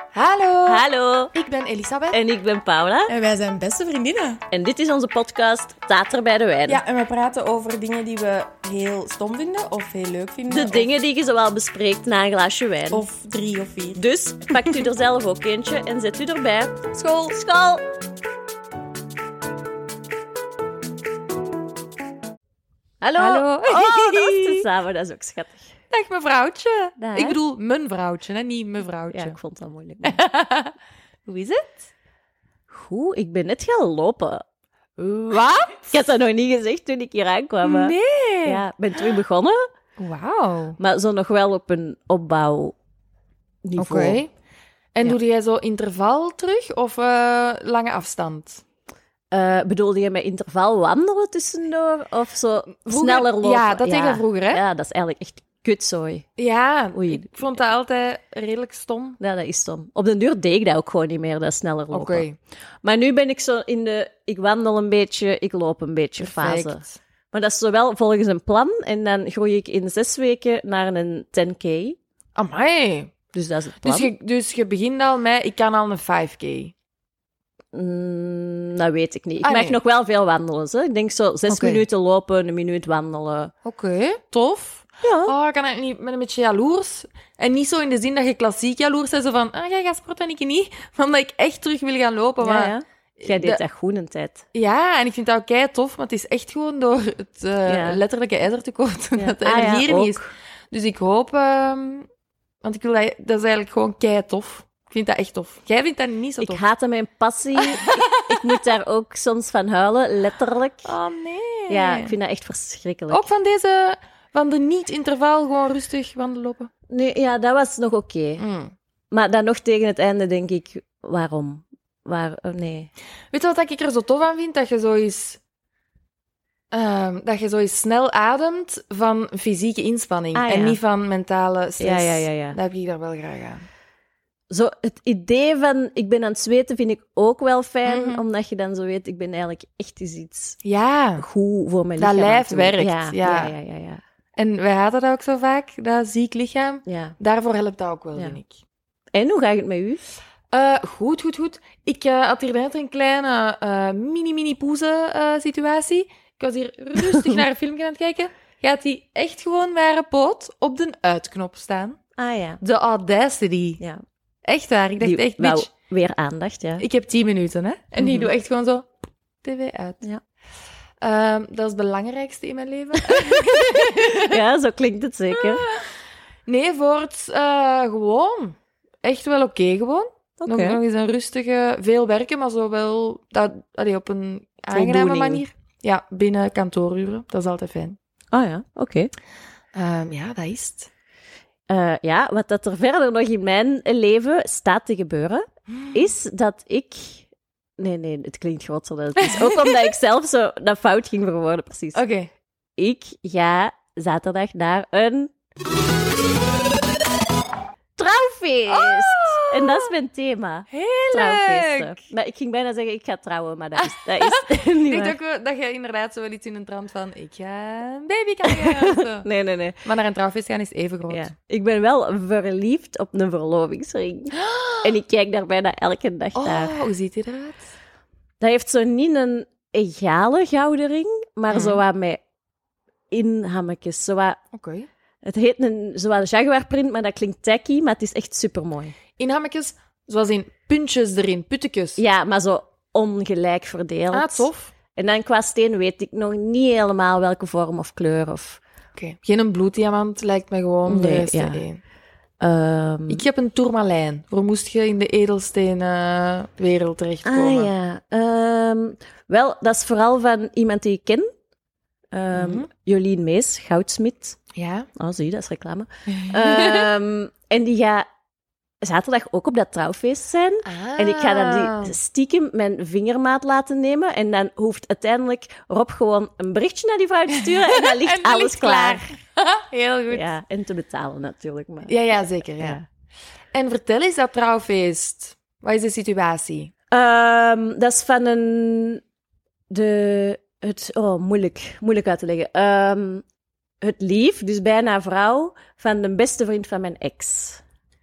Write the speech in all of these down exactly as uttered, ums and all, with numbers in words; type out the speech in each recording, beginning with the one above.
Hallo. Hallo. Ik ben Elisabeth. En ik ben Paula. En wij zijn beste vriendinnen. En dit is onze podcast Tater bij de Wijn. Ja, en we praten over dingen die we heel stom vinden of heel leuk vinden. De of... dingen die je zowel bespreekt na een glaasje wijn. Of drie of vier. Dus pakt u er zelf ook eentje en zet u erbij. School. School. Hallo. Hallo. Oh, dat was te samen. Dat is ook schattig. Dag mevrouwtje. Dag. Ik bedoel mijn vrouwtje, hè? Niet mevrouwtje. Ja, ik vond dat moeilijk. Hoe is het? Goed, ik ben net gaan lopen. Wat? Ik had dat nog niet gezegd toen ik hier aankwam. hè. Nee. Ja, ik ben terug begonnen. Wauw. Maar zo nog wel op een opbouwniveau. Oké. En Ja. doe jij zo interval terug of uh, lange afstand? Uh, bedoelde je met interval wandelen tussendoor? Of zo Vroeger- sneller lopen? Ja, dat deed je vroeger, hè? Ja, dat is eigenlijk echt kutzooi. Ja, Oei. ik vond dat altijd redelijk stom. Ja, dat is stom. Op den duur deed ik dat ook gewoon niet meer, dat sneller Oké, lopen. Maar nu ben ik zo in de ik wandel een beetje, ik loop een beetje fase. perfect. Maar dat is zowel volgens een plan en dan groei ik in zes weken naar een tien K. Amai. Dus dat is het plan. Dus je, dus je begint al met, ik kan al een vijf K. Mm, dat weet ik niet. Ik Ah, mag nee. nog wel veel wandelen. Hè. Ik denk zo zes Oké. minuten lopen, een minuut wandelen. Oké, tof. Ja. Oh, ik kan het niet met een beetje jaloers. En niet zo in de zin dat je klassiek jaloers bent, zo van, ah, jij gaat sporten en ik niet. Maar omdat ik echt terug wil gaan lopen. Ja, Maar, ja. Jij deed de- dat goed een tijd. ja, en ik vind dat ook kei tof, maar het is echt gewoon door het uh, Ja. letterlijke ijzertekort Ja. dat de Ah, ja, energie er niet is. ook. Dus ik hoop, ehm, want ik wil dat, dat is eigenlijk gewoon kei tof. Ik vind dat echt tof. Jij vindt dat niet zo Ik tof? haat mijn passie. ik, ik moet daar ook soms van huilen, letterlijk. Oh nee. Ja, ik vind dat echt verschrikkelijk. Ook van deze, van de niet-interval, gewoon rustig wandelen lopen. Nee, ja, dat was nog oké. Mm. Maar dan nog tegen het einde denk ik, waarom? Waar, oh, nee. Weet je wat ik er zo tof aan vind? Dat je zo eens, ehm, dat je zo eens snel ademt van fysieke inspanning. Ah, ja. En niet van mentale stress. Ja, ja, ja, ja. Dat heb ik daar wel graag aan. Zo, het idee van ik ben aan het zweten vind ik ook wel fijn, Mhm. omdat je dan zo weet, ik ben eigenlijk echt eens iets Ja. goed voor mijn Dat lichaam. aan lijf het doen. werkt, Ja, ja. ja, ja, ja, ja. En wij hadden dat ook zo vaak, dat ziek lichaam. Ja. Daarvoor helpt dat ook wel, Ja. vind ik. En hoe gaat het met u? Eh, goed, goed, goed. Ik eh, had hier net een kleine eh, mini-mini-poezen-situatie. ik was hier rustig naar een filmpje aan het kijken. Gaat die echt gewoon met haar poot op de uitknop staan. Ah ja. De audacity. Ja. Echt waar. Ik dacht Die echt, wou bitch, weer aandacht, ja. ik heb tien minuten, hè. En die Mhm. doet echt gewoon zo tv uit. Ja. Ehm, dat is het belangrijkste in mijn leven. Ja, zo klinkt het zeker. Nee, voor het eh, gewoon. Echt wel oké, gewoon. Oké. Nog, nog eens een rustige, veel werken, maar zo wel dat, allee, op een aangename Voldoening. manier. Ja, binnen kantooruren. Dat is altijd fijn. Ah ja, oké. Ehm, ja, dat is het. Eh, ja, wat dat er verder nog in mijn leven staat te gebeuren, is dat ik... Nee, nee, het klinkt groter dan het is. Ook omdat ik zelf zo dat fout ging verwoorden, precies. Oké. Ik ga zaterdag naar een... trouwfeest! Oh! En dat is mijn thema. Heel Trouwfeesten. leuk! Maar ik ging bijna zeggen, ik ga trouwen, maar dat is, dat is niet Ik waar. dacht ook wel dat je inderdaad zo wel iets in een trant van ik ga een baby krijgen of zo. Nee, nee, nee. Maar naar een trouwfeest gaan is even groot. Ja. Ik ben wel verliefd op een verlovingsring. En ik kijk daar bijna elke dag naar. Oh, hoe ziet hij eruit? Dat heeft zo niet een egale gouden ring, maar Mhm. zo wat met inhammetjes. Zo wat, Oké. het heet een, zo wat een jaguar print, maar dat klinkt tacky, maar het is echt supermooi. Inhammetjes, zoals in puntjes erin, puttekjes. Ja, maar zo ongelijk verdeeld. Ah, tof. En dan qua steen weet ik nog niet helemaal welke vorm of kleur. Of, Oké. Geen een bloeddiamant, lijkt me gewoon de Nee, eerste ja. één. ehm, Ik heb een tourmalijn. Waar moest je in de edelstenen wereld terechtkomen? Ah ja. Ehm, wel, dat is vooral van iemand die ik ken. Ehm, Mhm. Jolien Mees, goudsmid. Ja. Oh, zie je, dat is reclame. Ehm, en die gaat zaterdag ook op dat trouwfeest zijn. Ah. En ik ga dan die stiekem mijn vingermaat laten nemen. En dan hoeft uiteindelijk Rob gewoon een berichtje naar die vrouw te sturen. En dan ligt En dan alles ligt klaar. Heel goed. Ja, Ja, en te betalen natuurlijk. Maar, ja, zeker. Ja. ja. En vertel eens dat trouwfeest. Wat is de situatie? Ehm, dat is van een... De... Het, oh, moeilijk. Moeilijk uit te leggen. Ehm, het lief, dus bijna vrouw, van de beste vriend van mijn ex.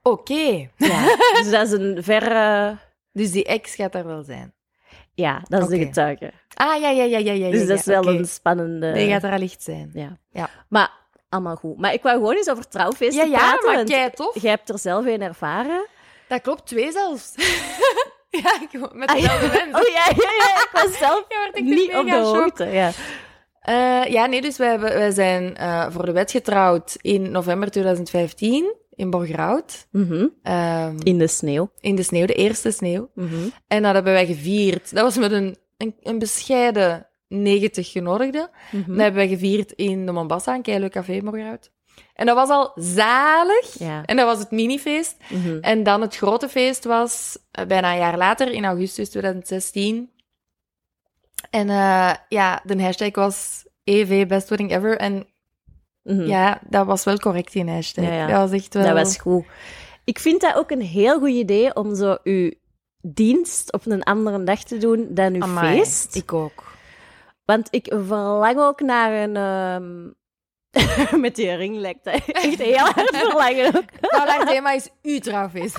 Oké. Ja. Dus dat is een verre... Dus die ex gaat daar wel zijn. Ja, dat is Oké. de getuige. Ah, ja, ja, ja, ja, ja. Dus ja, dat is ja, wel oké. een spannende... Die gaat er allicht zijn. Ja. Ja. Maar allemaal goed. Maar ik wou gewoon eens over trouwfeesten Ja, ja, praten. maar want kei tof. jij hebt er zelf een ervaren. Dat klopt, twee zelfs. ja, ik, met Ah, ja. dezelfde mensen. Oh ja, ja, ja. Ik was zelf Ja, word ik niet mega op de shock. hoogte. Ja. Uh, ja, nee, dus wij, hebben, wij zijn uh, voor de wet getrouwd in november twintig vijftien in Borgerhout. Mm-hmm. Um, In de sneeuw. in de sneeuw, de eerste sneeuw. Mm-hmm. En dat hebben wij gevierd. Dat was met een, een, een bescheiden negentig genodigden. Mm-hmm. Dat hebben wij gevierd in de Mombasa, een keileuk café in Borgerhout. En dat was al zalig. Ja. En dat was het minifeest. Mm-hmm. En dan het grote feest was uh, bijna een jaar later, in augustus twintig zestien. En uh, ja, de hashtag was E V Best Wedding Ever. En Mm-hmm. ja, dat was wel correct, die hashtag. Ja, ja. Dat was echt wel... Dat was goed. Ik vind dat ook een heel goed idee om zo uw dienst op een andere dag te doen dan uw Amai, feest. ik ook. Want ik verlang ook naar een... Um... Met die ring lijkt dat echt heel hard verlangen ook. Nou, dat thema is uw trouwfeest.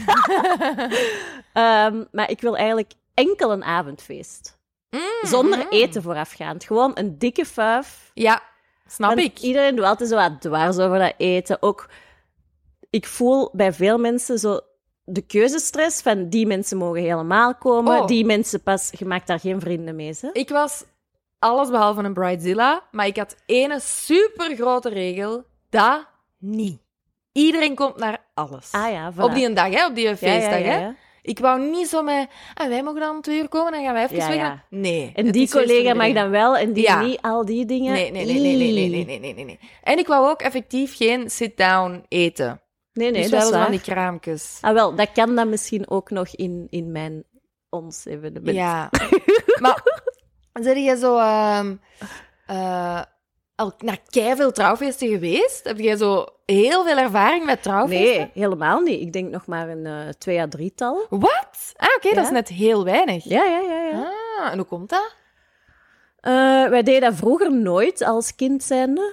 um, maar ik wil eigenlijk enkel een avondfeest. Mm, Zonder mm. eten voorafgaand. Gewoon een dikke fuif. Ja, snap Want ik. Iedereen doet altijd zo wat dwars over dat eten. Ook, ik voel bij veel mensen zo de keuzestress van die mensen mogen helemaal komen. Oh. Die mensen pas, je maakt daar geen vrienden mee. Hè? Ik was alles behalve een bridezilla, maar ik had ene supergrote regel. Dat niet. Iedereen komt naar alles. Ah ja, voilà. Op die een dag, hè? Op die feestdag, ja, ja, ja, hè? ja. Ik wou niet zo met... Ah, wij mogen dan om twee uur komen, dan gaan wij even Ja, weg. ja. Nee. En het die is feest collega voor mag iedereen. dan wel en die Ja. niet, al die dingen. Nee, nee, nee, nee, nee, nee, nee, nee, nee, nee, nee. En ik wou ook effectief geen sit-down eten. Nee, nee, dus dat wel is zo van waar. die kraampjes. Ah, wel, dat kan dan misschien ook nog in, in mijn, ons evenement. Ja. Maar, zeg jij zo... ehm uh, al naar keiveel trouwfeesten geweest? Heb jij zo heel veel ervaring met trouwfeesten? Nee, helemaal niet. Ik denk nog maar een uh, twee à drietal. Wat? Ah, oké, okay, Ja. dat is net heel weinig. Ja, ja, ja. ja. Ah, en hoe komt dat? Uh, wij deden dat vroeger nooit als kind zijnde.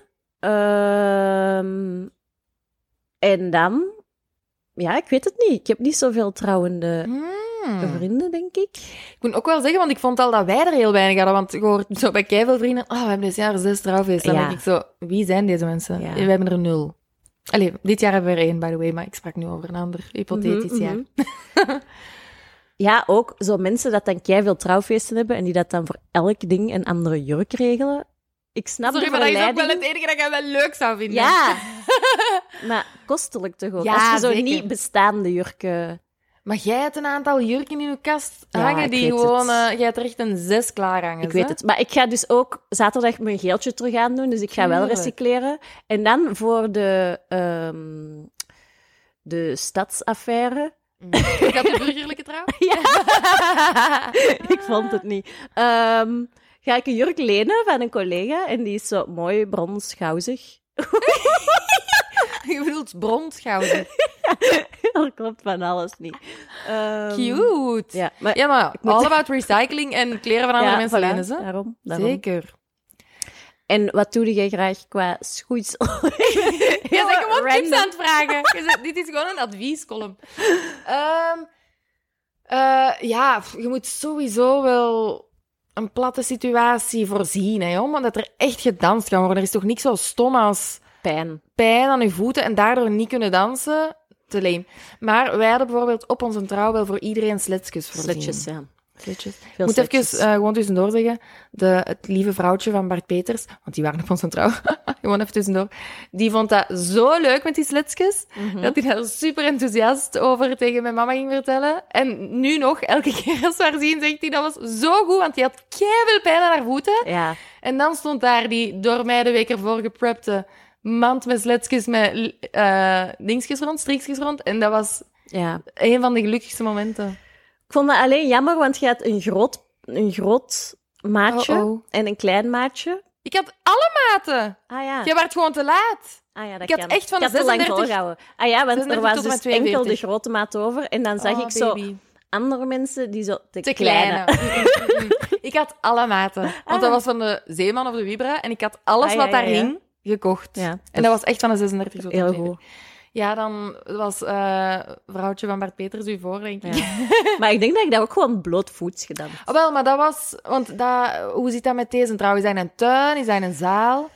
Uh, en dan... Ja, ik weet het niet. Ik heb niet zoveel trouwende Hmm. vrienden, denk ik. Ik moet ook wel zeggen, want ik vond al dat wij er heel weinig hadden. Want je hoort zo bij keiveel vrienden... Oh, we hebben dit jaar zes trouwfeesten. Dan Ja. denk ik zo... Wie zijn deze mensen? Ja. We hebben er nul. Allee, dit jaar hebben we er één, by the way. Maar ik sprak nu over een ander hypothetisch Mhm, jaar. mhm. Ja, ook zo mensen dat dan keiveel trouwfeesten hebben en die dat dan voor elk ding een andere jurk regelen. Ik snap Sorry, de maar dat is ook verleiding. wel het enige dat ik wel leuk zou vinden. Ja, maar kostelijk toch ook. Ja, Als je zo zeker. niet bestaande jurken... Maar jij hebt een aantal jurken in je kast Ja, hangen ik die weet gewoon... het. Uh, jij hebt er echt een zes klaar hangen. Ik weet hè? het. Maar ik ga dus ook zaterdag mijn geeltje terug aan doen, dus ik ga wel Tuurlijk. recycleren. En dan voor de, ehm, de stadsaffaire... Mm. Ik had de burgerlijke trouw. Ik vond het niet. Ehm, ga ik een jurk lenen van een collega en die is zo mooi brons gouzig. Je bedoelt bronsgouden. Er klopt van alles niet. Ehm, Cute. Ja, maar, Ja, maar moet- all about recycling en kleren van andere ja, mensen voilà, lenen, ze. Daarom, daarom. Zeker. En wat doe jij graag qua schoeisel? Je bent gewoon tips random. aan het vragen. Je zegt, dit is gewoon een adviescolumn. Ehm eh, ja, je moet sowieso wel een platte situatie voorzien, hè, joh, omdat er echt gedanst kan worden. Er is toch niks zo stom als Pijn. pijn aan je voeten en daardoor niet kunnen dansen. Te lame. Maar wij hadden bijvoorbeeld op onze trouw wel voor iedereen sletsjes voorzien. Sletjes, ja. Sletjes. Ik Veel moet sletjes. even uh, gewoon tussendoor zeggen, de, het lieve vrouwtje van Bart Peters, want die waren op onze trouw, gewoon even tussendoor, die vond dat zo leuk met die sletsjes, Mhm. dat hij daar super enthousiast over tegen mijn mama ging vertellen. En nu nog, elke keer als we haar zien, zegt hij, dat was zo goed, want die had keiveel pijn aan haar voeten. Ja. En dan stond daar die door mij de week ervoor geprepte mand met sletsjes met uh, dingetjes rond, streekjes rond. En dat was ja. een van de gelukkigste momenten. Ik vond dat alleen jammer, want je had een groot, een groot maatje Oh-oh. en een klein maatje. Ik had alle maten. Ah ja. Je werd gewoon te laat. Ah, ja, dat Ik had kan. echt van ik de had te lang zesendertig volgehouden. Ah ja, want er zesendertig was tot en dus met enkel de tweeënveertig. grote maat over. En dan zag Oh, ik zo baby. andere mensen die zo te, Te kleine. kleine. Mm, mm, mm. Ik had alle maten. Want Ah. dat was van de Zeeman of de Vibra. En ik had alles Ah, ja, wat daar ja, ja. hing gekocht. Ja, En dat was echt van de zesendertig tot heel de goed. Ja, dan was uh, vrouwtje van Bart Peters u voor, denk ik. Ja. Maar ik denk dat ik dat ook gewoon blootvoets gedaan heb. Oh, wel, maar dat was... Want dat, hoe zit dat met deze trouw? Is dat in een tuin? Is dat in een zaal?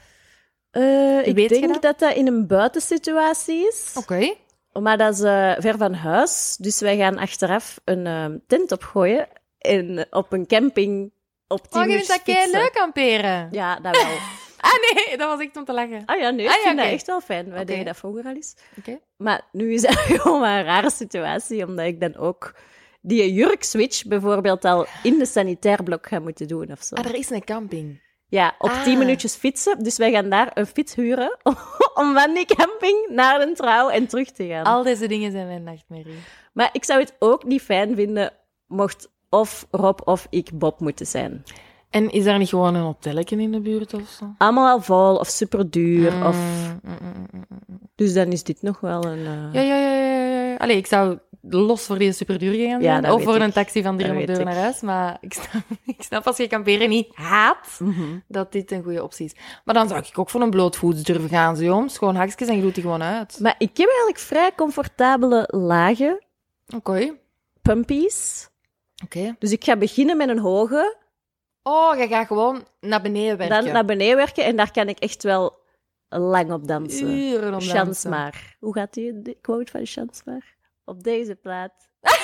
Uh, ik weet denk dat? dat dat in een buitensituatie is. Oké. Okay. Maar dat is uh, ver van huis. Dus wij gaan achteraf een uh, tent opgooien. En op een camping op tien oh, minuutjes je vindt dat kei leuk kamperen? Ja, dat wel. Ah nee, dat was echt om te lachen. Ah ja, nee, ik ah, ja, vind okay. dat echt wel fijn. Wij okay. deden dat vroeger al eens. Okay. Maar nu is dat gewoon maar een rare situatie, omdat ik dan ook die jurkswitch bijvoorbeeld al in de sanitairblok ga moeten doen of zo. Ah, er is een camping. Ja, op ah. tien minuutjes fietsen. Dus wij gaan daar een fiets huren om van die camping naar de trouw en terug te gaan. Al deze dingen zijn mijn nachtmerrie. Maar ik zou het ook niet fijn vinden mocht of Rob of ik Bob moeten zijn. En is er niet gewoon een hotelletje in de buurt of zo? Allemaal al vol of superduur. Mm, of... mm, mm, mm, mm. Dus dan is dit nog wel een... Uh... Ja, ja, ja, ja, ja. Allee, ik zou los voor die superduur gaan ja, zijn. Of voor ik. een taxi van driehonderd euro naar huis. Maar ik snap, ik snap als je kamperen niet haat, mm-hmm. dat dit een goede optie is. Maar dan zou ik ook voor een blootvoets durven gaan, zo jongens. Gewoon hakjes en je doet die gewoon uit. Maar ik heb eigenlijk vrij comfortabele lage Oké. Okay. pumpies. Oké. Okay. Dus ik ga beginnen met een hoge. Oh, je gaat gewoon naar beneden werken. Dan naar beneden werken en daar kan ik echt wel lang op dansen. Uren op Chans dansen. maar. Hoe gaat die de quote van Chans maar? Op deze plaat.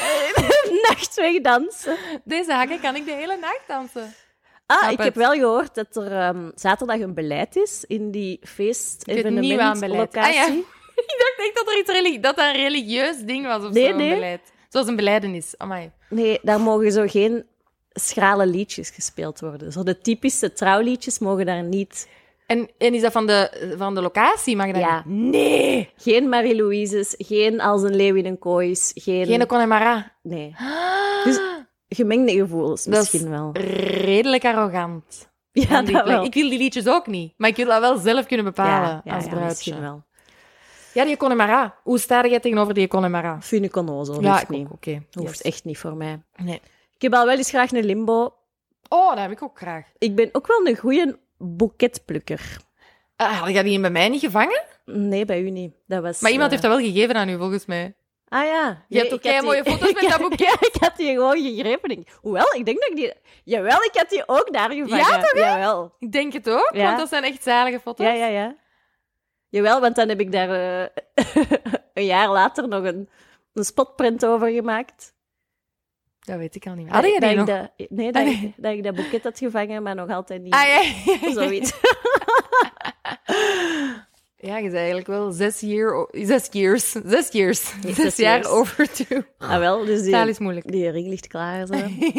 Nachtweg dansen. Deze hakken kan ik de hele nacht dansen. Ah, Snap ik het. heb wel gehoord dat er um, zaterdag een beleid is in die feest-evenement-locatie. Ah, ja. Ik dacht echt dat, er iets religi- dat dat een religieus ding was of nee, zo, nee. een beleid. Zoals een beleidenis. Amai. Nee, daar mogen zo geen schrale liedjes gespeeld worden. Zo de typische trouwliedjes mogen daar niet... En, en is dat van de, van de locatie? Mag dat Ja. niet? Nee! Geen Marie-Louise's, geen Als een leeuw in een koois, geen... Geen Connemara. Nee. Dus gemengde gevoelens Dat misschien is wel. redelijk arrogant. Ja, Van die dat plek. wel. Ik wil die liedjes ook niet. Maar ik wil dat wel zelf kunnen bepalen ja, ja, als ja, bruidje. misschien wel. Ja, die Connemara. Hoe sta jij tegenover die Connemara? Vind ik onnozel, Ja, hoeft ik niet. ook. Oké. Dat hoeft Yes. echt niet voor mij. Nee. Ik heb al wel eens graag een limbo. Oh, dat heb ik ook graag. Ik ben ook wel een goede boeketplukker. Ah, had jij die bij mij niet gevangen? Nee, bij u niet. Dat was, Maar iemand uh... heeft dat wel gegeven aan u, volgens mij. Ah ja. Je hebt ook kei mooie foto's met dat boeket. Ja, ik had die gewoon gegrepen. Ik... Hoewel, ik denk dat ik die... Jawel, ik had die ook daar gevangen. Ja, toch, hè? Jawel. Ik denk het ook, Ja. want dat zijn echt zalige foto's. Ja, ja, ja. Jawel, want dan heb ik daar uh, een jaar later nog een, een spotprint over gemaakt. Dat weet ik al niet meer. Had je dat die nog? ik dat, nee, dat, Ah, ik, dat ik dat boeket had gevangen, maar nog altijd niet. Ah, ja, ja, ja. Zoiets. Ja, je bent eigenlijk wel zes, year, zes years. Zes years. Nee, zes zes jaar years. overdue. Ah, wel, dus Taal die, is moeilijk. die ring ligt klaar. Zo.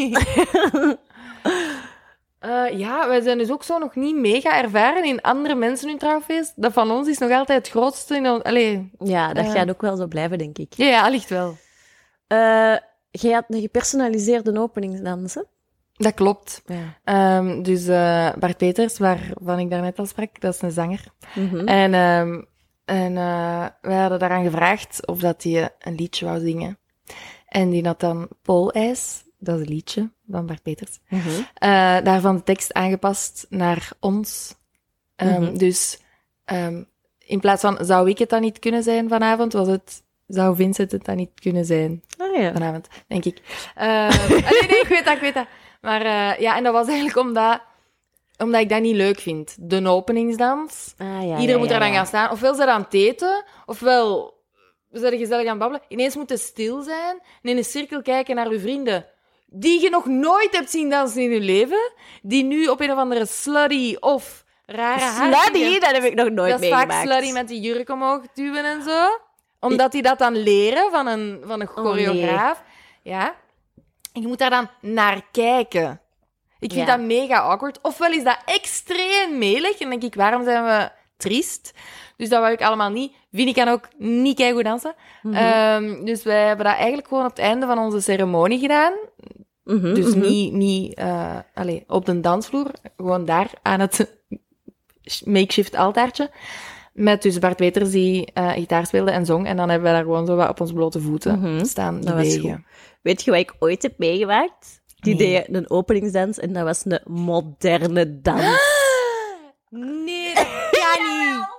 Uh, ja, wij zijn dus ook zo nog niet mega ervaren in andere mensen hun trouwfeest. Dat van ons is nog altijd het grootste. In on- Allee, Ja, dat Uh. gaat ook wel zo blijven, denk ik. ja, ja, allicht wel. Uh, jij had een gepersonaliseerde openingsdans, hè? Dat klopt. Ja. Um, dus uh, Bart Peters, waarvan ik daarnet al sprak, dat is een zanger. Mm-hmm. En, um, en uh, wij hadden daaraan gevraagd of dat hij een liedje wou zingen. En die had dan Poolijs, dat is een liedje van Bart Peters, Mm-hmm. uh, daarvan de tekst aangepast naar ons. Um, Mm-hmm. Dus um, in plaats van zou ik het dan niet kunnen zijn vanavond, was het zou Vincent het dan niet kunnen zijn Ah ja. vanavond, denk ik. Uh, nee, nee, ik weet dat, ik weet dat. Maar uh, ja, en dat was eigenlijk omdat, omdat ik dat niet leuk vind. De openingsdans. Ah, ja, Iedereen ja, moet ja, er dan ja. gaan staan. Ofwel ze aan het eten, ofwel we zijn gezellig aan het babbelen. Ineens moeten stil zijn en in een cirkel kijken naar uw vrienden die je nog nooit hebt zien dansen in je leven, die nu op een of andere slutty of rare Slutty, hartige- dat heb ik nog nooit dat is vaak meegemaakt. slutty met die jurk omhoog duwen en zo. Omdat die dat dan leren van een, van een Oh, choreograaf. Ja. En je moet daar dan naar kijken. Ik vind Ja. dat mega awkward. Ofwel is dat extreem melig. En dan denk ik, waarom zijn we triest? Dus dat wou ik allemaal niet. Vinnie kan ook niet keigoed dansen. Mhm. Ehm, dus wij hebben dat eigenlijk gewoon op het einde van onze ceremonie gedaan. Mhm, Dus mhm. niet, niet uh, allez, op de dansvloer. Gewoon daar aan het makeshift altaartje. Met dus Bart Peters die uh, gitaar speelde en zong. En dan hebben we daar gewoon zo wat op onze blote voeten Mhm. staan Dat was bewegen. Weet je wat ik ooit heb meegemaakt? Die Nee. deed een openingsdans en dat was een moderne dans. Nee, dat kan niet.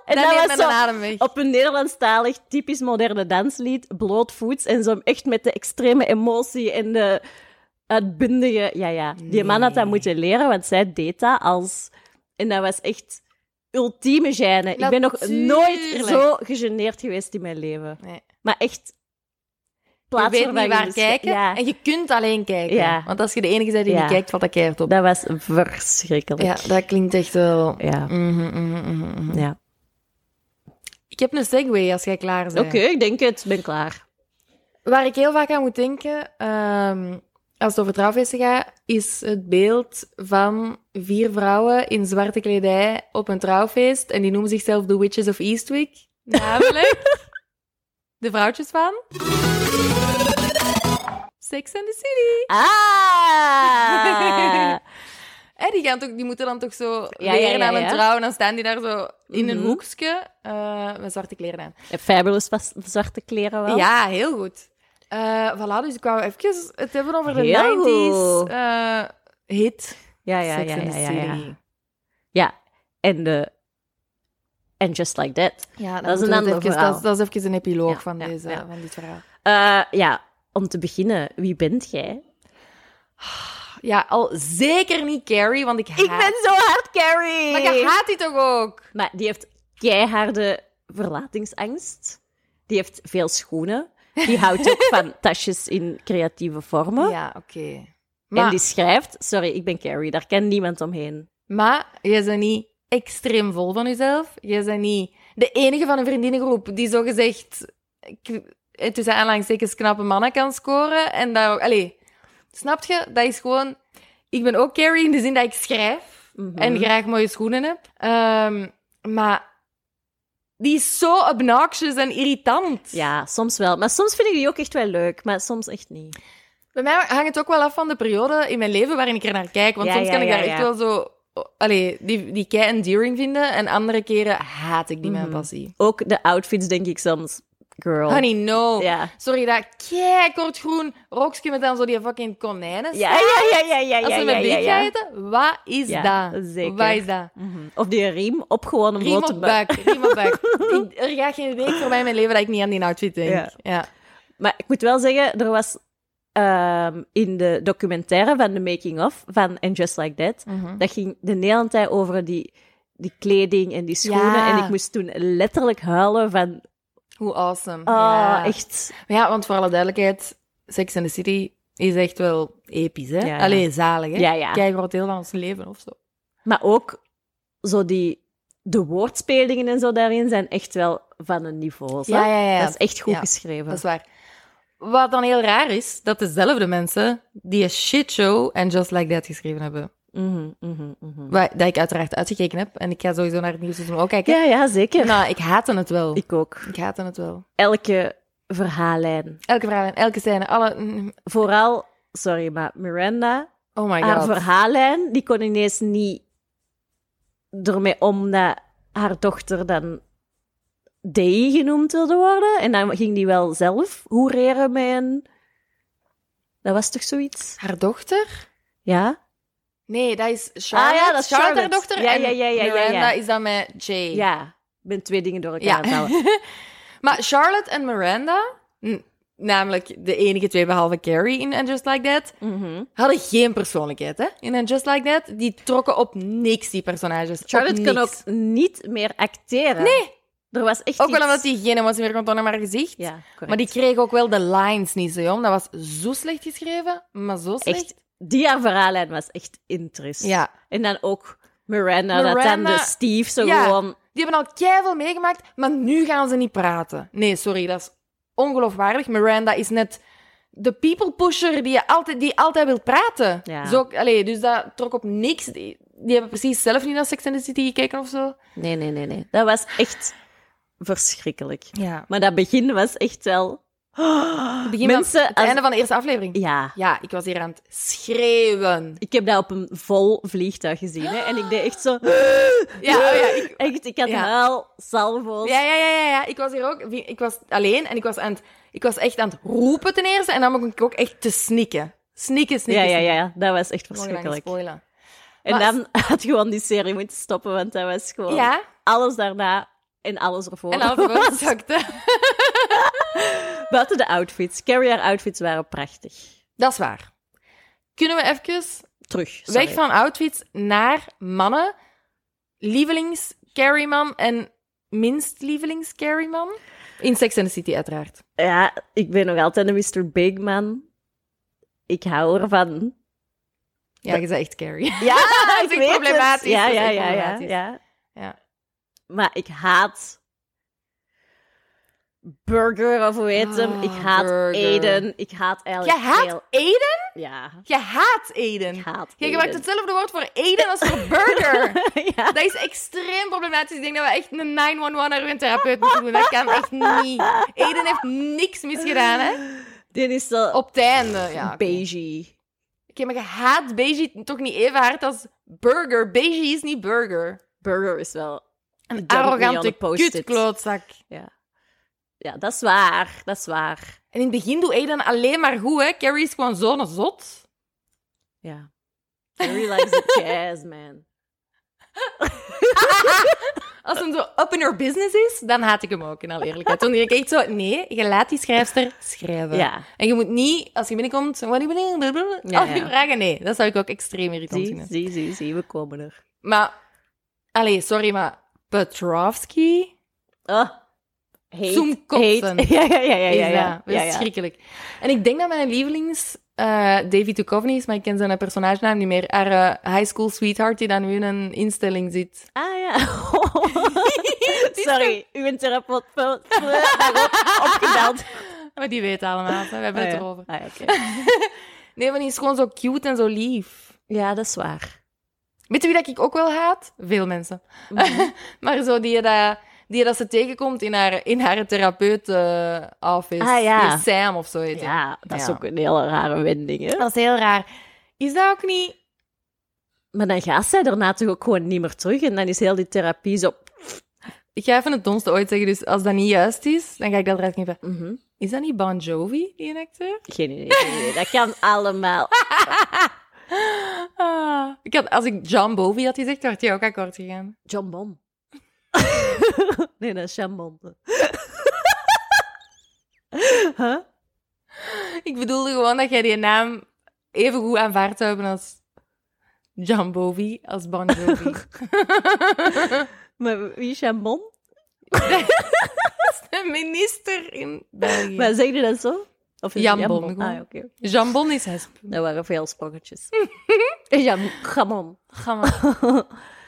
En dat dat neemt was mijn zo adem weg. op een Nederlandstalig, typisch moderne danslied, blootvoets en zo echt met de extreme emotie en de uitbundige... Ja, ja. Die Nee. man had dat moeten leren, want zij deed dat als... En dat was echt ultieme gêne. Ik ben nog nooit Natuurlijk. zo gegeneerd geweest in mijn leven. Nee. Maar echt... Je weet niet plaatsvervangende waar sche- kijken Ja, en je kunt alleen kijken. Ja. Want als je de enige bent die Ja. niet kijkt, valt dat keihard op. dat was verschrikkelijk. Ja, dat klinkt echt wel... Ja. Mhm, mhm, mhm, mhm. Ja. Ik heb een segue als jij klaar bent. Oké, ik denk het. Ik ben klaar. Waar ik heel vaak aan moet denken, ehm, als het over trouwfeesten gaat, is het beeld van vier vrouwen in zwarte kledij op een trouwfeest. En die noemen zichzelf de Witches of Eastwick. Namelijk de vrouwtjes van... Sex and the City. Ah! Hè, die, gaan toch, die moeten dan toch zo ja, leren ja, aan een ja. trouw en dan staan die daar zo in een Mhm. hoekje eh, met zwarte kleren aan. Fabulous was zwarte kleren wel. Ja, heel goed. Eh voilà, dus ik wou even het hebben over de Heel nineties goed. eh, hit. ja, ja, Sex ja, and ja, the ja, City. ja. Ja, en de... And Just Like That. Ja, Dat is een moeten we ander het even, verhaal. dat, is- dat is even een epiloog Ja, van, ja, deze, ja. van dit verhaal. Eh, ja, om te beginnen, wie bent jij? Ja, al zeker niet Carrie, want ik haat... Ik ben zo hard Carrie! Maar je haat die toch ook? Maar die heeft keiharde verlatingsangst. Die heeft veel schoenen. Die houdt ook van tasjes in creatieve vormen. Ja, oké. En Maar, die schrijft... Sorry, ik ben Carrie. Daar kan niemand omheen. maar je bent niet extreem vol van jezelf. Je bent niet de enige van een vriendinnengroep die zogezegd k- tussen aanhalingstekens knappe mannen kan scoren. En dat ook... Allee, snap je? Dat is gewoon... Ik ben ook Carrie in de zin dat ik schrijf Mhm. en graag mooie schoenen heb. Ehm, maar die is zo obnoxious en irritant. Ja, soms wel. Maar soms vind ik die ook echt wel leuk. Maar soms echt niet. Bij mij hangt het ook wel af van de periode in mijn leven waarin ik er naar kijk. Want Ja, soms ja, kan ik ja, daar ja. echt wel zo... Allee, die, die kei endearing vinden. En andere keren haat ik die mijn Mhm. passie. Ook de outfits denk ik soms... Girl. Honey, no. Ja. Sorry, dat kei kort groen rokje met dan zo die fucking konijnen. Ja, ja, ja, ja, ja, Als ja, ze ja, met ja, blik ja. gaan eten, wat is Ja, dat? zeker. Wat is dat? Mhm. Of die riem op gewoon een Riem blote op buik. buik, riem op buik. Ik- er gaat geen week voorbij in mijn leven dat ik niet aan die outfit denk. Ja. Ja. Maar ik moet wel zeggen, er was ehm, in de documentaire van The Making of van And Just Like That, Mhm. dat ging de hele tijd over die, die kleding en die schoenen. Ja. En ik moest toen letterlijk huilen van... Hoe awesome. Oh, ja. echt... Maar ja, want voor alle duidelijkheid, Sex and the City is echt wel episch, hè? Ja, ja. Allee, zalig, hè? Ja, ja. Kijk, groot deel van ons leven of zo. Maar ook zo die... De woordspelingen en zo daarin zijn echt wel van een niveau. Zo. Ja, ja, ja. Dat is echt goed Ja, geschreven. Dat is waar. Wat dan heel raar is, dat dezelfde mensen die een shitshow en Just Like That geschreven hebben. Mhm, mhm, mhm. Waar, dat ik uiteraard uitgekeken heb. En ik ga sowieso naar het nieuwe seizoen ook kijken. Ja, ja, zeker. Nou, ik haatte het wel. Ik, Ik ook. haatte het wel. Elke verhaallijn. Elke verhaal, elke scène, alle... mm, Vooral, sorry, maar Miranda, Oh my haar god. verhaallijn, die kon ineens niet ermee om dat haar dochter dan Day genoemd wilde worden. En dan ging die wel zelf hoereren met een... Dat was toch zoiets? Haar dochter? Ja? Nee, dat is Charlotte. Ah ja, dat is Charlotte. haar dochter. Ja, en ja, ja, ja, ja, Miranda ja. is dan met Jay. Ja. Ik ben twee dingen door elkaar Ja. aan het halen. Maar Charlotte en Miranda, n- namelijk de enige twee behalve Carrie in And Just Like That, Mhm. hadden geen persoonlijkheid, hè? In And Just Like That, die trokken op niks, die personages. Charlotte op kan niks. ook niet meer acteren. Nee. Er was echt Ook wel iets- omdat hij geen emotie meer kon tonen naar haar gezicht. Ja, correct. Maar die kreeg ook wel de lines niet zo, jong. Dat was zo slecht geschreven, maar zo slecht. Echt, die haar verhaallijn was echt interest. Ja. En dan ook Miranda, dat dan Miranda- de Steve zo Ja. gewoon... Die hebben al keiveel meegemaakt, maar nu gaan ze niet praten. Nee, sorry, dat is ongeloofwaardig. Miranda is net de people pusher die, je altijd, die altijd wil praten. Ja. Zo, allee, dus dat trok op niks. Die, die hebben precies zelf niet naar Sex and the City gekeken of zo. Nee, nee, nee, nee. Dat was echt verschrikkelijk. Ja. Maar dat begin was echt wel... Het begin Mensen, van, het als- einde van de eerste aflevering. Ja. Ja, ik was hier aan het schreeuwen. Ik heb dat op een vol vliegtuig gezien, hè. En ik deed echt zo... Ja, oh ja, ik, Echt, ik had Ja. huil, salvo's. ja, ja, ja, ja, ja. Ik was hier ook. Ik was alleen en ik was, aan het, ik was echt aan het roepen ten eerste. En dan begon ik ook echt te snikken. Snikken, snikken, ja, ja, snikken. ja. Dat was echt Ik wil niet lang verschrikkelijk. spoilen. En Maar- dan had gewoon die serie moeten stoppen, want dat was gewoon... Ja? Alles daarna En alles ervoor. En alles ervoor zakte. Buiten de outfits. Carrie haar outfits waren prachtig. Dat is waar. Kunnen we even Terug, sorry. weg van outfits naar mannen? Lievelings Carrie-man en minst lievelings Carrie-man? In Sex and the City, uiteraard. Ja, ik ben nog altijd een mister Big Man. Ik hou ervan. Ja, je bent echt Carrie. Ja, dat ik is echt weet problematisch. het. Ja, Dat is ja, echt ja, ja, problematisch. ja. Ja. Maar ik haat Burger, of hoe heet hem? Ah, Ik haat Burger. Aiden. Ik haat eigenlijk Je haat veel... Aiden? Ja, Je haat Aiden. ik haat Je Aiden. gebruikt hetzelfde woord voor Aiden als voor burger. Ja. Dat is extreem problematisch. Ik denk dat we echt een negen een een naar uw therapeut moeten doen. Dat kan echt niet. Aiden heeft niks misgedaan, hè? Dit is zo Op het einde, ja. Oké, beige. okay, maar je haat Beige toch niet even hard als burger. Beige is niet burger. Burger is wel... Een You don't arrogante really post-it. kutklootzak. Ja. Ja, dat is waar. Dat is waar. En in het begin doet Aiden alleen maar goed, hè. Carrie is gewoon zo'n zot. Ja. Carrie likes the jazz, man. Als hem zo up in her business is, dan haat ik hem ook, in alle eerlijkheid. Toen denk ik echt zo, nee, je laat die schrijfster schrijven. Ja. En je moet niet, als je binnenkomt, wat die Ja, ja, ja. die vragen, nee. Dat zou ik ook extreem irritant Zie, vinden. zie, zie, zie. We komen er. Maar, allee, sorry, maar Petrovsky Oh. Hate. Zoomkotsen. Hate. Ja, ja, ja, ja. is ja, ja. dat. ja, ja. Verschrikkelijk. En ik denk dat mijn lievelings uh, Davy Duchovny is, maar ik ken zijn personagenaam niet meer. Haar uh, high school sweetheart die dan nu in een instelling zit. Ah, ja. Sorry, uw therapeut daarop opgebeld. Maar die weet allemaal, hè. We hebben Ah, het ja. erover. Ah, ja, oké. Nee, maar die is gewoon zo cute en zo lief. Ja, dat is waar. Weet je wie dat ik ook wel haat? Veel mensen. Mhm. Maar zo die dat, die dat ze tegenkomt in haar, in haar therapeut-office. Ah, ja. Die Sam of zo heet die. Ja, dat is Ja. ook een hele rare wending, hè? Dat is heel raar. Is dat ook niet... Maar dan gaat zij daarna toch ook gewoon niet meer terug en dan is heel die therapie zo... Ik ga even het domste ooit zeggen, dus als dat niet juist is, dan ga ik dat eruit knippen. Mhm. Is dat niet Bon Jovi, die een acteur? Geen idee, geen idee. Dat kan allemaal. Ah, ik had, als ik John Bovi had gezegd, had hij ook akkoord gegaan. John Bon. Nee, dat is Chambon. Huh? Ik bedoelde gewoon dat jij die naam even goed aanvaard zou hebben als John Bovi, als Bon Jovi. Maar wie is Chambon? De minister in België. Maar zeg je dat zo? Of is het Jambon, Jambon? gewoon. Ah, oké. Jean Bon is hesp. Dat waren veel sprongetjes. Jam, Jamon. Ga maar.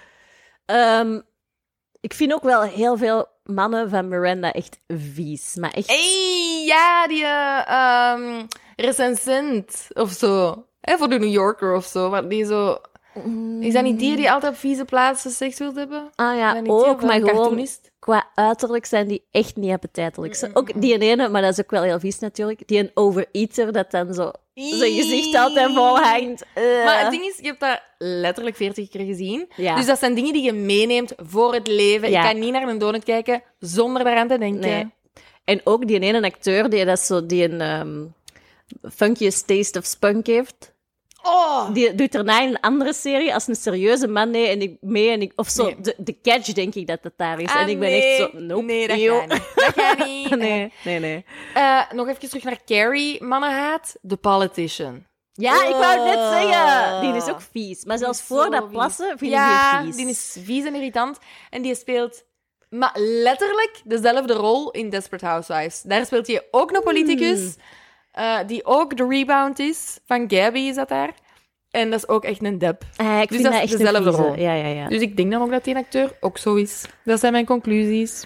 Ehm, ik vind ook wel heel veel mannen van Miranda echt vies. Maar echt... Hey, ja, die uh, um, recensent of zo. Hè, voor de New Yorker of zo. Maar die zo... Is dat niet die die altijd op vieze plaatsen seks wilt hebben? Ah Is ja, dat niet die, of ook, een maar gewoon cartoonist? qua uiterlijk zijn die echt niet appetijtelijk. Zo, ook die ene, maar dat is ook wel heel vies natuurlijk, die een overeater dat dan zo zijn gezicht altijd vol hangt. Uh. Maar het ding is, je hebt dat letterlijk veertig keer gezien. Ja. Dus dat zijn dingen die je meeneemt voor het leven. Ja. Je kan niet naar een donut kijken zonder daaraan te denken. Nee. En ook die ene acteur die dat zo die een um, Funkiest Taste of Spunk heeft. Oh! Die doet daarna in een andere serie als een serieuze man mee en ik mee en ik of zo Nee. de, de catch denk ik dat het daar is Ah, en ik ben nee. echt zo nope, Nee, dat eeuw. gaat niet. Dat gaat niet. nee, nee, nee. Uh, nog even terug naar Carrie, mannenhaat. The Politician. Ja, ik wou het net Oh. zeggen. Die is ook vies. Maar Die zelfs is voor zo dat vies. plassen vind Ja, ik die vies. die is vies en irritant. En die speelt maar letterlijk dezelfde rol in Desperate Housewives. Daar speelt hij ook een politicus, uh, die ook de rebound is. Van Gabby is dat daar. En dat is ook echt een dep. Ah, ik Dus vind dat dat is echt een dezelfde vieze. rol. Ja, ja, ja. Dus ik denk dan ook dat die acteur ook zo is. Dat zijn mijn conclusies.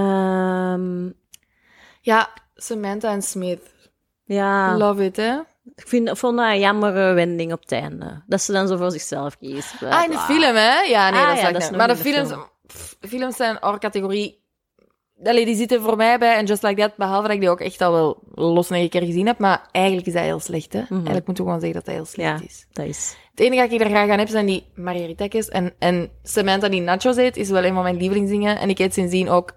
Ehm, Ja, Samantha en Smith. ja. Love it, hè? Ik vind, ik vond dat een jammere wending op het einde. Dat ze dan zo voor zichzelf kiest. Ah, in de film, hè? Ja, nee, Ah, dat ja, zag ik dat is niet. nog Maar de in de films... film. pff, films zijn our categorie... Allee, die zitten voor mij bij en Just Like That, behalve dat ik die ook echt al wel los negen keer gezien heb, maar eigenlijk is dat heel slecht, hè? Eigenlijk moeten we gewoon zeggen dat dat heel slecht Ja, is. dat is... Het enige dat ik er graag aan heb, zijn die margaritakjes en, en Samantha die nachos eet, is wel een van mijn lievelingsdingen. En ik eet sindsdien ook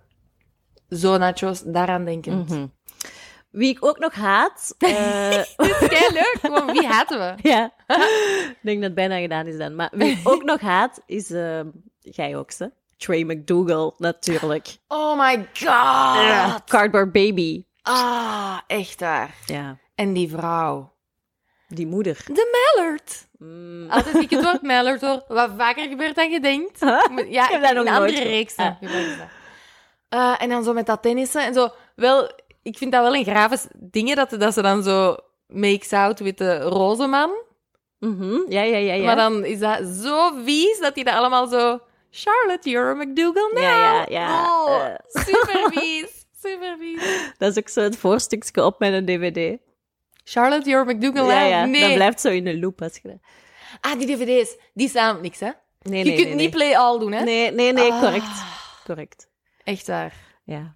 zo nachos, daaraan denkend. Mhm. Wie ik ook nog haat... eh, Dit is kei leuk. Gewoon, wie haten we? ja, ik denk dat het bijna gedaan is dan. Maar wie ik ook nog haat, is... eh jij ook, ze. Trey McDougal, natuurlijk. Oh my god. Uh, Cardboard Baby. Ah, echt waar. Ja. En die vrouw. Die moeder. De Mallard. Mm. Altijd ik het woord Mallard hoor, wat vaker gebeurt dan je denkt. Huh? Ja, Ik heb dat nog in nooit andere gehoord. reeksen. Ah. gebeurt dat. Uh, en dan zo met dat tennissen en zo. Wel, ik vind dat wel een grave dingen dat, dat ze dan zo makes out with de roze man. Mm-hmm. Ja, ja, ja, ja. Maar dan is dat zo vies dat hij dat allemaal zo... Charlotte, you're a McDougal now. Ja, ja, ja. Oh, Uh. super vies. Super vies. Dat is ook zo het voorstukje op mijn D V D. Charlotte, you're a McDougal now. Ja, ja. Nee. Dat blijft zo in een loop. Als je... Ah, die D V D's, die staan niks, hè? Nee, je nee, kunt nee, niet nee. play-all doen, hè? Nee, nee, nee, Ah. correct. Correct. Echt waar. Ja.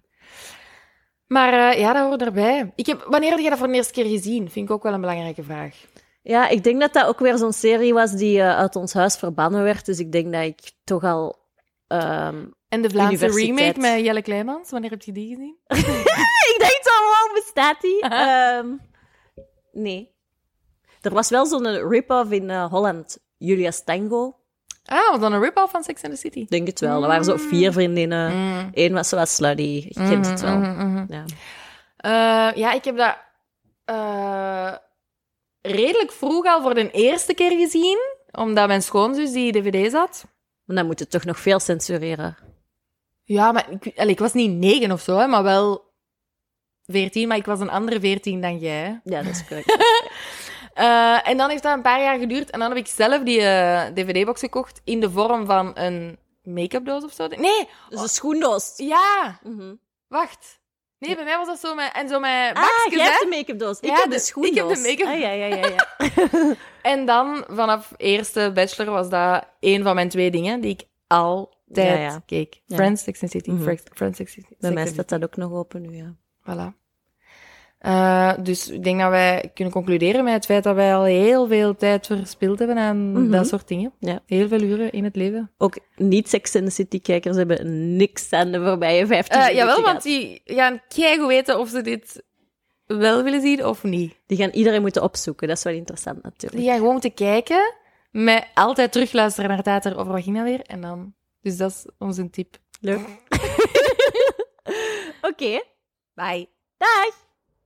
Maar uh, ja, dat hoort erbij. Ik heb, wanneer heb je dat voor de eerste keer gezien? Vind ik ook wel een belangrijke vraag. Ja, ik denk dat dat ook weer zo'n serie was die uh, uit ons huis verbannen werd. Dus ik denk dat ik toch al... Um, En de Vlaamse Universiteit. remake met Jelle Kleimans, wanneer heb je die gezien? ik denk zo, wow, bestaat die? Um, nee. Er was wel zo'n rip-off in uh, Holland. Julia's Tango. Ah, was dat een rip-off van Sex and the City? Ik denk het wel. Er waren zo vier vriendinnen. Mm. Eén was zo wat slutty. Ik ken het wel. Mm, mm, mm. Ja. Uh, ja, ik heb dat uh, redelijk vroeg al voor de eerste keer gezien, omdat mijn schoonzus die D V D's had. Maar dan moet je toch nog veel censureren. Ja, maar ik, allee, ik was niet negen of zo, hè, maar wel veertien, maar ik was een andere veertien dan jij. Ja, dat is correct. Uh, en dan heeft dat een paar jaar geduurd. En dan heb ik zelf die uh, D V D-box gekocht in de vorm van een make-up doos of zo. Nee! Dus een schoendoos. Ja! Mm-hmm. Wacht. Nee, bij mij was dat zo met... En zo met Ah, bakjes, jij hebt hè? de make-up doos. Ik Ja, heb de de- schoendoos. ik heb de make-up- Ah, ja, ja, ja. ja. En dan, vanaf eerste bachelor, was dat een van mijn twee dingen die ik altijd Ja, ja. keek. Ja. Friends, Sex and the City. Mhm. Friends, Friends, Sex and the City. Bij mij staat dat ook nog open nu, ja. Voilà. Uh, dus ik denk dat wij kunnen concluderen met het feit dat wij al heel veel tijd verspild hebben aan Mhm. dat soort dingen. Ja. Heel veel uren in het leven. Ook niet-Sex and the City-kijkers hebben niks aan de voorbije vijftien Uh, minuten jawel, gehad. want die gaan keigoed weten of ze dit wel willen zien of niet. Die gaan iedereen moeten opzoeken. Dat is wel interessant, natuurlijk. Die gaan gewoon moeten kijken, met altijd terugluisteren naar het theater over wat ging dat weer. En dan... Dus dat is onze tip. Leuk. Oké. Bye. Dag!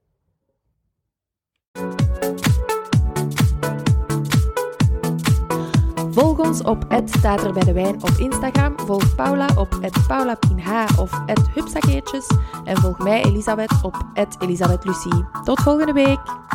Volg ons op het Theater bij de Wijn op Instagram. Volg Paula op het paulapinh of het hupsakeetjes. En volg mij, Elisabeth, op het Elisabeth Lucie. Tot volgende week!